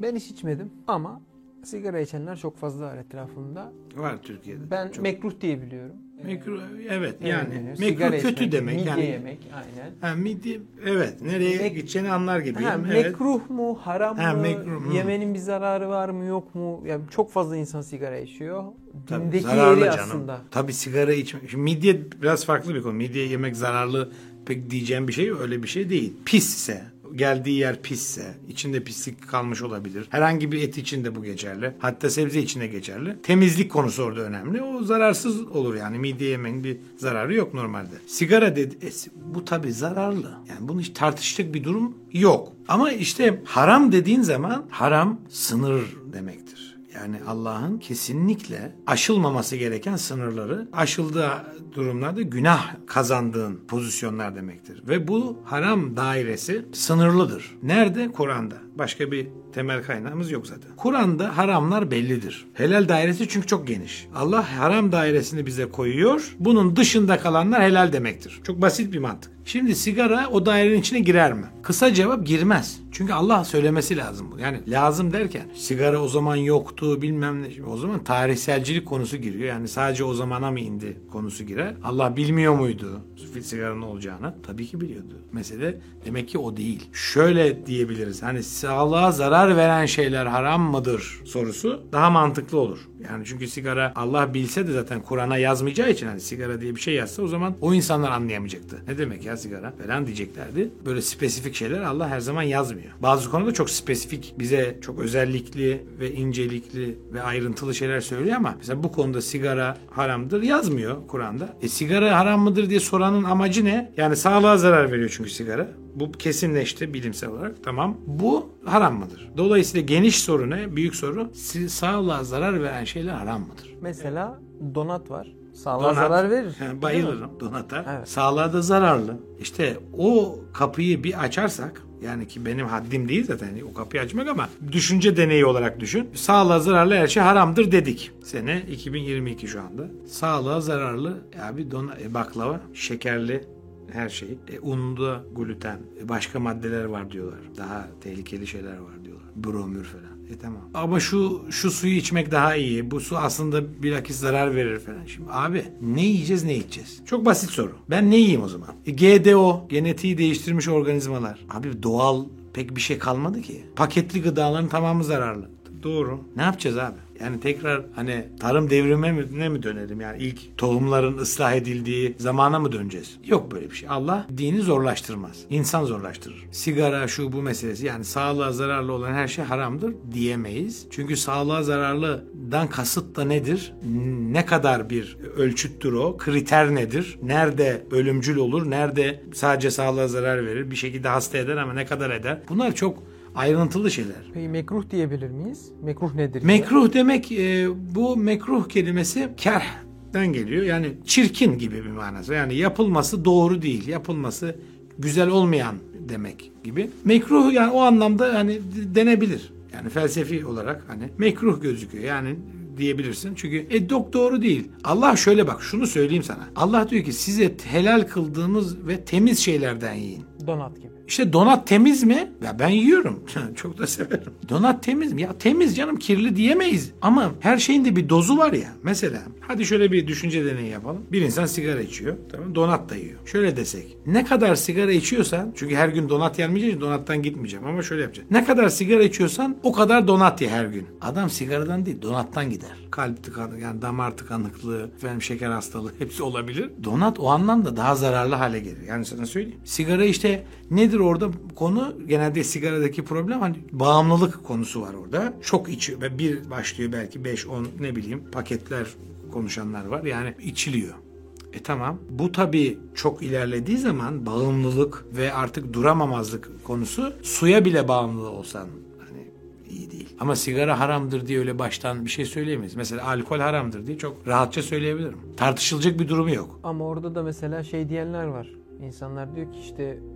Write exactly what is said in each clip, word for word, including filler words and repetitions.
Ben hiç içmedim ama sigara içenler çok fazla var etrafımda. Var Türkiye'de. Ben çok. mekruh diye biliyorum. Mekruh, evet Evet, yani yani mekruh sigara kötü içmek, demek. midye Yani, yemek aynen. ha, midye, evet, nereye Mek- gideceğini anlar gibiyim. Ha, evet. Mekruh mu, haram Ha, mı, mekruh, hı. yemenin bir zararı var mı yok mu? Yani çok fazla insan sigara içiyor. Tabii, Dindeki zararlı yeri canım. aslında. Tabii sigara içmek. Şimdi midye biraz farklı bir konu. Midye yemek zararlı pek diyeceğim bir şey öyle bir şey değil. Pisse, geldiği yer pisse, içinde pislik kalmış olabilir. Herhangi bir et için de bu geçerli. Hatta sebze için de geçerli. Temizlik konusu orada önemli. O zararsız olur yani. Midye yemenin bir zararı yok normalde. Sigara dedi, e, bu tabii zararlı. Yani bunu hiç tartışacak bir durum yok. Ama işte haram dediğin zaman haram sınır demektir. Yani Allah'ın kesinlikle aşılmaması gereken sınırları aşıldığı durumlarda günah kazandığın pozisyonlar demektir. Ve bu haram dairesi sınırlıdır. Nerede? Kur'an'da. Başka bir temel kaynağımız yok zaten. Kur'an'da haramlar bellidir. Helal dairesi çünkü çok geniş. Allah haram dairesini bize koyuyor. Bunun dışında kalanlar helal demektir. Çok basit bir mantık. Şimdi sigara o dairenin içine girer mi? Kısa cevap girmez. Çünkü Allah söylemesi lazım bu. Yani lazım derken sigara o zaman yoktu bilmem ne. O zaman tarihselcilik konusu giriyor. Yani sadece o zamana mı indi konusu girer. Allah bilmiyor muydu sigaranın olacağını? Tabii ki biliyordu. Mesele demek ki o değil. Şöyle diyebiliriz. Hani sağlığa zarar veren şeyler haram mıdır sorusu daha mantıklı olur. Yani çünkü sigara Allah bilse de zaten Kur'an'a yazmayacağı için hani sigara diye bir şey yazsa o zaman o insanlar anlayamayacaktı. Ne demek ya sigara falan diyeceklerdi. Böyle spesifik şeyler Allah her zaman yazmıyor. Bazı konuda çok spesifik, bize çok özellikli ve incelikli ve ayrıntılı şeyler söylüyor ama mesela bu konuda sigara haramdır yazmıyor Kur'an'da. E sigara haram mıdır diye soranın amacı ne? Yani sağlığa zarar veriyor çünkü sigara. Bu kesinleşti bilimsel olarak. Tamam. Bu haram mıdır? Dolayısıyla geniş soru ne? Büyük soru. Sağlığa zarar veren şeyler haram mıdır? Mesela donat var. Sağlığa Donat, zarar verir. He, bayılırım donata. Evet. Sağlığa da zararlı. İşte o kapıyı bir açarsak, yani ki benim haddim değil zaten o kapıyı açmak ama düşünce deneyi olarak düşün. Sağlığa zararlı her şey haramdır dedik. Sene iki bin yirmi iki şu anda. Sağlığa zararlı ya bir dona, e, baklava, şekerli her şey. E, unda gluten, e, başka maddeler var diyorlar. Daha tehlikeli şeyler var diyorlar. Bromür falan. E tamam. Ama şu şu suyu içmek daha iyi. Bu su aslında bilakis zarar verir falan. Şimdi abi ne yiyeceğiz ne içeceğiz? Çok basit soru. Ben ne yiyeyim o zaman? E, G D O, genetiği değiştirmiş organizmalar. Abi doğal pek bir şey kalmadı ki. Paketli gıdaların tamamı zararlı. Doğru. Ne yapacağız abi? Yani tekrar hani tarım devrimine mi, ne mi dönelim? Yani ilk tohumların ıslah edildiği zamana mı döneceğiz? Yok böyle bir şey. Allah dini zorlaştırmaz. İnsan zorlaştırır. Sigara şu bu meselesi yani sağlığa zararlı olan her şey haramdır diyemeyiz. Çünkü sağlığa zararlıdan kasıt da nedir? Ne kadar bir ölçüttür o? Kriter nedir? Nerede ölümcül olur? Nerede sadece sağlığa zarar verir? Bir şekilde hasta eder ama ne kadar eder? Bunlar çok ayrıntılı şeyler. Peki mekruh diyebilir miyiz? Mekruh nedir? Mekruh demek e, bu mekruh kelimesi kerh'den geliyor. Yani çirkin gibi bir manası. Yani yapılması doğru değil. Yapılması güzel olmayan demek gibi. Mekruh yani o anlamda hani denebilir. Yani felsefi olarak hani mekruh gözüküyor. Yani diyebilirsin. Çünkü e dok doğru değil. Allah şöyle bak şunu söyleyeyim sana. Allah diyor ki size helal kıldığımız ve temiz şeylerden yiyin. Donat gibi. İşte donat temiz mi? Ya ben yiyorum. Çok da severim. Donat temiz mi? Ya temiz canım, kirli diyemeyiz. Ama her şeyin de bir dozu var ya. Mesela hadi şöyle bir düşünce deneyi yapalım. Bir insan sigara içiyor. Tamam, donat da yiyor. Şöyle desek. Ne kadar sigara içiyorsan, çünkü her gün donat yenmeyeceği için donattan gitmeyeceğim ama şöyle yapacağım. Ne kadar sigara içiyorsan o kadar donat ye her gün. Adam sigaradan değil donattan gider. Kalp tıkanıklığı, yani damar tıkanıklığı, efendim şeker hastalığı hepsi olabilir. Donat o anlamda daha zararlı hale gelir. Yani sana söyleyeyim. Sigara işte nedir orada konu? Genelde sigaradaki problem hani bağımlılık konusu var orada. Çok içiyor ve bir başlıyor belki beş on ne bileyim paketler konuşanlar var. Yani içiliyor. E tamam. Bu tabii çok ilerlediği zaman bağımlılık ve artık duramamazlık konusu, suya bile bağımlı olsan hani iyi değil. Ama sigara haramdır diye öyle baştan bir şey söyleyemeyiz. Mesela alkol haramdır diye çok rahatça söyleyebilirim. Tartışılacak bir durumu yok. Ama orada da mesela şey diyenler var. İnsanlar diyor ki işte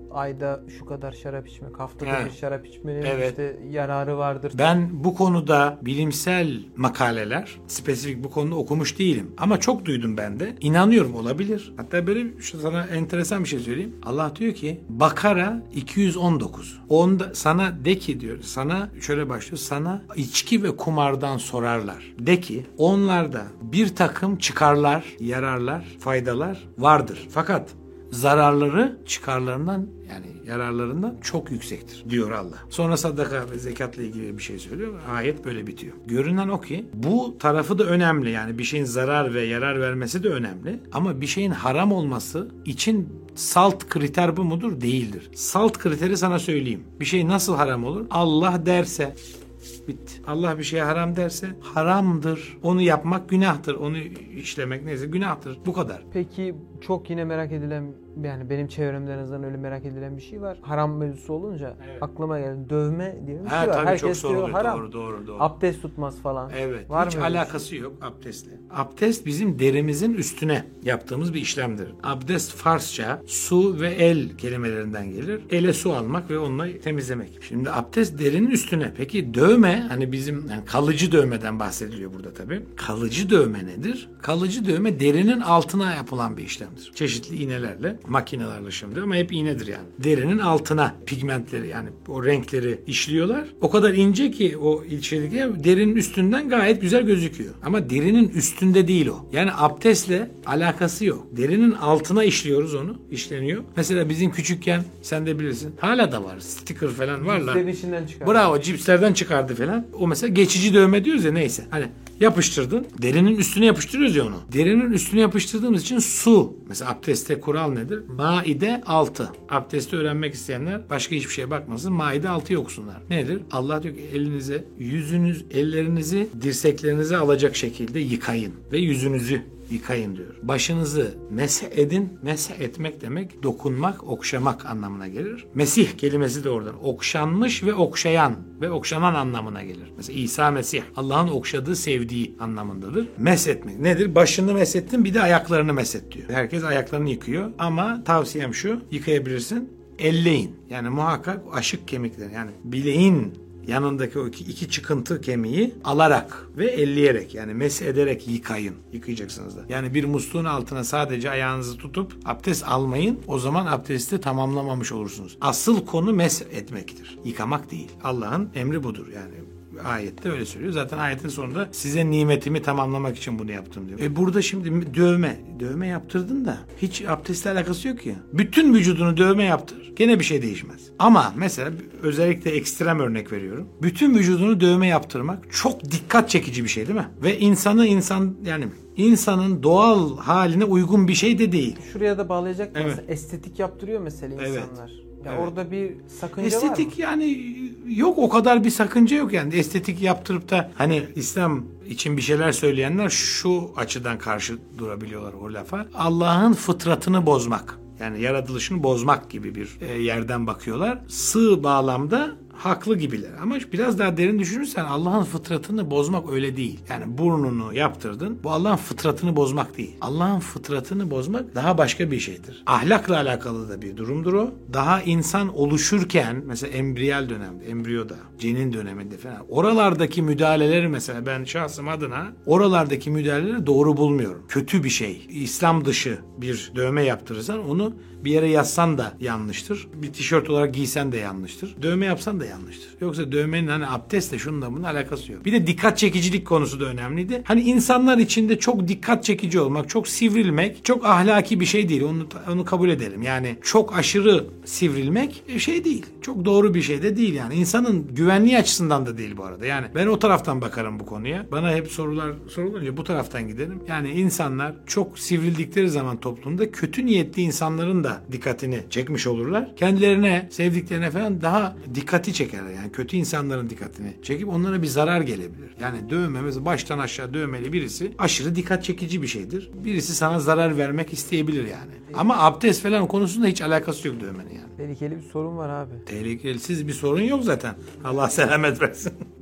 ayda şu kadar şarap içmek, haftada Evet. bir şarap içmenin Evet. işte yararı vardır. Ben bu konuda bilimsel makaleler spesifik bu konuda okumuş değilim. Ama çok duydum ben de. İnanıyorum, olabilir. Hatta böyle şu sana enteresan bir şey söyleyeyim. Allah diyor ki Bakara iki yüz on dokuz. Onda sana de ki diyor. Sana şöyle başlıyor. Sana içki ve kumardan sorarlar. De ki onlarda bir takım çıkarlar, yararlar, faydalar vardır. Fakat zararları çıkarlarından yani yararlarından çok yüksektir diyor Allah. Sonra sadaka ve zekatla ilgili bir şey söylüyor. Ayet böyle bitiyor. Görünen o ki bu tarafı da önemli. Yani bir şeyin zarar ve yarar vermesi de önemli. Ama bir şeyin haram olması için salt kriter bu mudur? Değildir. Salt kriteri sana söyleyeyim. Bir şey nasıl haram olur? Allah derse bitti. Allah bir şeye haram derse haramdır. Onu yapmak günahtır. Onu işlemek neyse günahtır. Bu kadar. Peki çok yine merak edilen, yani benim çevremde en azından öyle merak edilen bir şey var. Haram mevzusu olunca Evet. aklıma geldi. Dövme diye bir şey Ha, var. tabii Herkes çok diyor soruluyor. haram. Doğru, doğru, doğru. Abdest tutmaz falan. Evet. Var Hiç mı öyle bir şey? alakası yok abdestle. Abdest bizim derimizin üstüne yaptığımız bir işlemdir. Abdest Farsça su ve el kelimelerinden gelir. Ele su almak ve onunla temizlemek. Şimdi abdest derinin üstüne. Peki dövme, hani bizim yani kalıcı dövmeden bahsediliyor burada tabii. Kalıcı dövme nedir? Kalıcı dövme derinin altına yapılan bir işlemdir. Çeşitli iğnelerle, makinelerle şimdi ama hep iğnedir yani. Derinin altına pigmentleri yani o renkleri işliyorlar. O kadar ince ki o içeride derinin üstünden gayet güzel gözüküyor. Ama derinin üstünde değil o. Yani abdestle alakası yok. Derinin altına işliyoruz onu. İşleniyor. Mesela bizim küçükken sen de bilirsin. Hala da var. Sticker falan varlar. Cipslerin içinden çıkar. Bravo, cipslerden çıkardı falan. O mesela geçici dövme diyoruz ya, neyse. Hani yapıştırdın. Derinin üstüne yapıştırıyoruz ya onu. Derinin üstüne yapıştırdığımız için su. Mesela abdestte kural nedir? Maide altı. Abdesti öğrenmek isteyenler başka hiçbir şeye bakmasın. Maide altıyı okusunlar. Nedir? Allah diyor ki elinize, yüzünüz, ellerinizi dirseklerinize alacak şekilde yıkayın. Ve yüzünüzü yıkayın diyor. Başınızı mesih edin. Mesih etmek demek dokunmak, okşamak anlamına gelir. Mesih kelimesi de oradan. Okşanmış ve okşayan ve okşanan anlamına gelir. Mesela İsa Mesih Allah'ın okşadığı, sevdiği anlamındadır. Mesh etmek nedir? Başını meshettin, bir de ayaklarını meshet diyor. Herkes ayaklarını yıkıyor ama tavsiyem şu, yıkayabilirsin. Elleyin. Yani muhakkak aşık kemikleri, yani bileğin yanındaki o iki, iki çıkıntı kemiği alarak ve elleyerek, yani mesh ederek yıkayın. Yıkayacaksınız da. Yani bir musluğun altına sadece ayağınızı tutup abdest almayın. O zaman abdesti tamamlamamış olursunuz. Asıl konu mesh etmektir. Yıkamak değil. Allah'ın emri budur yani. Ayette öyle söylüyor. Zaten ayetin sonunda size nimetimi tamamlamak için bunu yaptım diyor. E burada şimdi dövme. Dövme yaptırdın da hiç abdestle alakası yok ya. Bütün vücudunu dövme yaptır. Gene bir şey değişmez. Ama mesela özellikle ekstrem örnek veriyorum. Bütün vücudunu dövme yaptırmak çok dikkat çekici bir şey değil mi? Ve insanı insan yani insanın doğal haline uygun bir şey de değil. Şuraya da bağlayacak mısın? Evet. Estetik yaptırıyor mesela Evet. insanlar. Ya Evet. orada bir sakınca var mı? Estetik yani yok, o kadar bir sakınca yok yani. Estetik yaptırıp da hani İslam için bir şeyler söyleyenler şu açıdan karşı durabiliyorlar o lafa. Allah'ın fıtratını bozmak. Yani yaratılışını bozmak gibi bir e, yerden bakıyorlar. Sığ bağlamda haklı gibiler. Ama biraz daha derin düşünürsen Allah'ın fıtratını bozmak öyle değil. Yani burnunu yaptırdın. Bu Allah'ın fıtratını bozmak değil. Allah'ın fıtratını bozmak daha başka bir şeydir. Ahlakla alakalı da bir durumdur o. Daha insan oluşurken mesela embriyal dönemde, embriyoda, cenin döneminde falan. Oralardaki müdahaleleri mesela ben şahsım adına oralardaki müdahaleleri doğru bulmuyorum. Kötü bir şey. İslam dışı bir dövme yaptırırsan onu bir yere yazsan da yanlıştır. Bir tişört olarak giysen de yanlıştır. Dövme yapsan da yanlıştır. Yoksa dövmenin hani abdestle şununla bunun alakası yok. Bir de dikkat çekicilik konusu da önemliydi. Hani insanlar içinde çok dikkat çekici olmak, çok sivrilmek çok ahlaki bir şey değil. Onu onu kabul edelim. Yani çok aşırı sivrilmek şey değil. Çok doğru bir şey de değil yani. İnsanın güvenliği açısından da değil bu arada. Yani ben o taraftan bakarım bu konuya. Bana hep sorular sorulunca bu taraftan giderim. Yani insanlar çok sivrildikleri zaman toplumda kötü niyetli insanların da dikkatini çekmiş olurlar. Kendilerine, sevdiklerine falan daha dikkati çekerler. Yani kötü insanların dikkatini çekip onlara bir zarar gelebilir. Yani dövme mesela baştan aşağı dövmeli birisi aşırı dikkat çekici bir şeydir. Birisi sana zarar vermek isteyebilir yani. Ama abdest falan konusunda hiç alakası yok dövmenin yani. Tehlikeli bir sorun var abi. Tehlikelisiz bir sorun yok zaten. Allah selamet versin.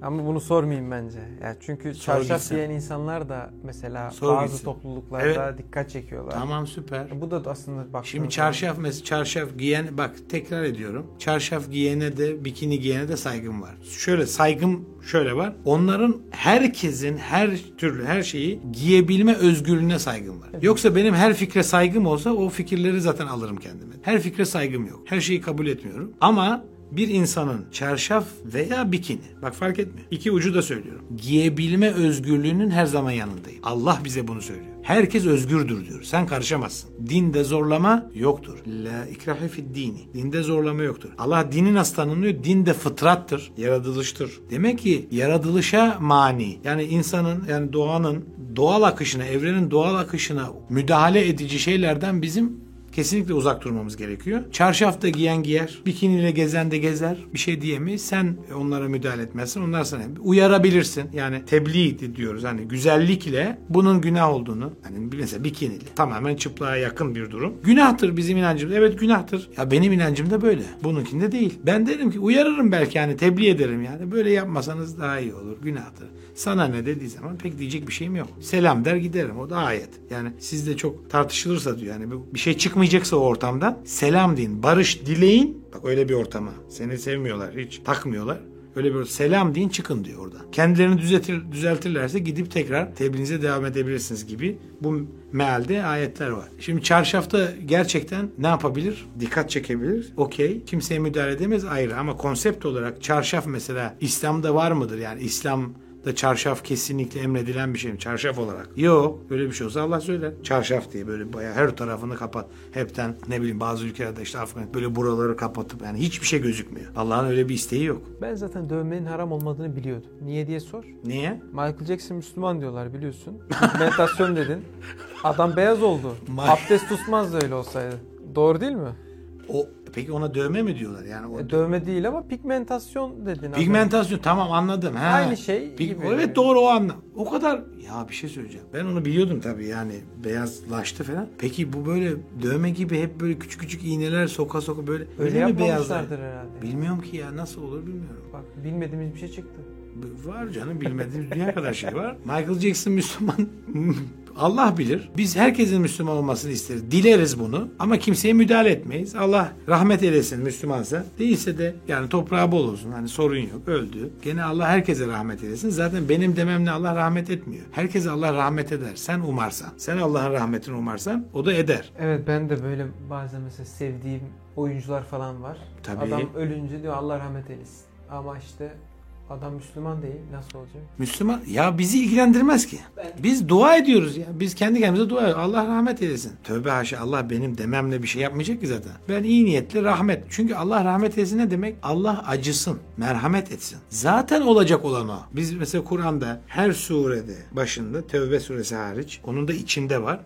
Ama bunu sormayayım bence. Yani çünkü Sor çarşaf gitsin. giyen insanlar da mesela Sor bazı gitsin. topluluklarda Evet. dikkat çekiyorlar. Tamam, süper. Bu da aslında baktığınız Şimdi çarşaf mesela çarşaf giyen, bak tekrar ediyorum. Çarşaf giyene de bikini giyene de saygım var. Şöyle saygım şöyle var. Onların herkesin her türlü her şeyi giyebilme özgürlüğüne saygım var. Yoksa benim her fikre saygım olsa o fikirleri zaten alırım kendime. Her fikre saygım yok. Her şeyi kabul etmiyorum. Ama bir insanın çarşaf veya bikini, bak fark etmiyor. İki ucu da söylüyorum. Giyebilme özgürlüğünün her zaman yanındayım. Allah bize bunu söylüyor. Herkes özgürdür diyor. Sen karışamazsın. Dinde zorlama yoktur. La ikrahe fid dini. Dinde zorlama yoktur. Allah dini nasıl tanımlıyor? Din de fıtrattır, yaratılıştır. Demek ki yaratılışa mani. Yani insanın, yani doğanın doğal akışına, evrenin doğal akışına müdahale edici şeylerden bizim kesinlikle uzak durmamız gerekiyor. Çarşaf da giyen giyer, bikiniyle gezen de gezer. Bir şey diyemeyiz. Sen onlara müdahale etmezsin. Onlar sana uyarabilirsin. Yani tebliğ diyoruz. Hani güzellikle bunun günah olduğunu. Hani mesela bikiniyle. Tamamen çıplığa yakın bir durum. Günahtır bizim inancımız. Evet günahtır. Ya benim inancım da böyle. Bununkinde değil. Ben derim ki uyarırım belki, hani tebliğ ederim yani. Böyle yapmasanız daha iyi olur. Günahtır. Sana ne dediği zaman pek diyecek bir şeyim yok. Selam der giderim. O da ayet. Yani sizde çok tartışılırsa diyor. Yani bir şey çıkmayacaksa o ortamdan selam deyin. Barış dileyin. Bak öyle bir ortama. Seni sevmiyorlar. Hiç takmıyorlar. Öyle bir selam deyin, çıkın diyor orada. Kendilerini düzeltir, düzeltirlerse gidip tekrar tebliğinize devam edebilirsiniz gibi bu mealde ayetler var. Şimdi çarşafta gerçekten ne yapabilir? Dikkat çekebilir. Okey. Kimseye müdahale edemez, ayrı. Ama konsept olarak çarşaf mesela İslam'da var mıdır? Yani İslam da çarşaf kesinlikle emredilen bir şey mi? Çarşaf olarak. Yok. Öyle bir şey olsa Allah söyler. Çarşaf diye böyle bayağı her tarafını kapat. Hepten ne bileyim bazı ülkelerde işte Afganistan böyle buraları kapatıp yani hiçbir şey gözükmüyor. Allah'ın öyle bir isteği yok. Ben zaten dövmenin haram olmadığını biliyordum. Niye diye sor. Niye? Michael Jackson Müslüman diyorlar biliyorsun. Meditasyon dedin. Adam beyaz oldu. Ma- Abdest tutmazdı öyle olsaydı. Doğru değil mi? O peki ona dövme mi diyorlar? Yani o E, dövme değil ama pigmentasyon dedin. pigmentasyon, tamam anladım. Ha. Aynı şey Pig- gibi. Evet doğru, o anlam. O kadar ya bir şey söyleyeceğim. Ben onu biliyordum tabii, yani beyazlaştı falan. Peki bu böyle dövme gibi hep böyle küçük küçük iğneler soka soka böyle Öyle öyle mi beyazlar? yapmamışlardır herhalde. Bilmiyorum ki ya, nasıl olur bilmiyorum. Bak bilmediğimiz bir şey çıktı. Var canım, bilmediğimiz dünya kadar şey var. Michael Jackson Müslüman. Allah bilir. Biz herkesin Müslüman olmasını isteriz. Dileriz bunu. Ama kimseye müdahale etmeyiz. Allah rahmet eylesin Müslümansa. Değilse de yani toprağı bol olsun. Hani sorun yok. Öldü. Gene Allah herkese rahmet eylesin. Zaten benim dememle Allah rahmet etmiyor. Herkese Allah rahmet eder. Sen umarsan. Sen Allah'ın rahmetini umarsan o da eder. Evet ben de böyle bazen mesela sevdiğim oyuncular falan var. Tabii. Adam ölünce diyor Allah rahmet eylesin. Ama işte adam Müslüman değil. Nasıl olacak? Müslüman ya bizi ilgilendirmez ki. Biz dua ediyoruz ya. Biz kendi kendimize dua ediyoruz. Allah rahmet eylesin. Tövbe haşa, Allah benim dememle bir şey yapmayacak ki zaten. Ben iyi niyetli rahmet. Çünkü Allah rahmet eylesin ne demek? Allah acısın, merhamet etsin. Zaten olacak olan o. Biz mesela Kur'an'da her surede başında, Tevbe suresi hariç, onun da içinde var.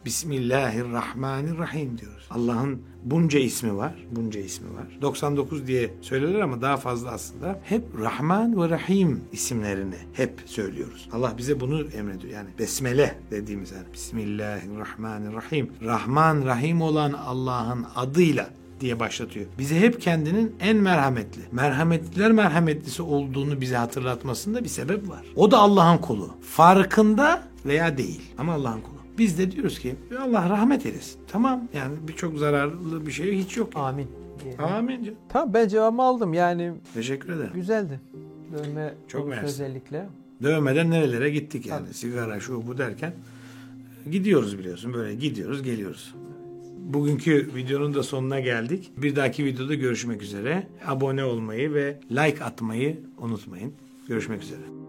Bismillahirrahmanirrahim diyoruz. Allah'ın bunca ismi var. Bunca ismi var. doksan dokuz diye söylerler ama daha fazla aslında. Hep Rahman ve Rahim isimlerini hep söylüyoruz. Allah bize bunu emrediyor. Yani Besmele dediğimiz yani. Bismillahirrahmanirrahim. Rahman, Rahim olan Allah'ın adıyla diye başlatıyor. Bize hep kendinin en merhametli, merhametliler merhametlisi olduğunu bize hatırlatmasında bir sebep var. O da Allah'ın kulu. Farkında veya değil. Ama Allah'ın kulu. Biz de diyoruz ki Allah rahmet eylesin. Tamam, yani birçok zararlı bir şey hiç yok. Amin. diyelim. Amin canım. Tamam ben cevabımı aldım yani Teşekkür ederim. güzeldi. Dövme Çok konusu mersi. özellikle. Dövmeden nerelere gittik yani. Tabii. Sigara şu bu derken gidiyoruz biliyorsun. Böyle gidiyoruz geliyoruz. Bugünkü videonun da sonuna geldik. Bir dahaki videoda görüşmek üzere. Abone olmayı ve like atmayı unutmayın. Görüşmek üzere.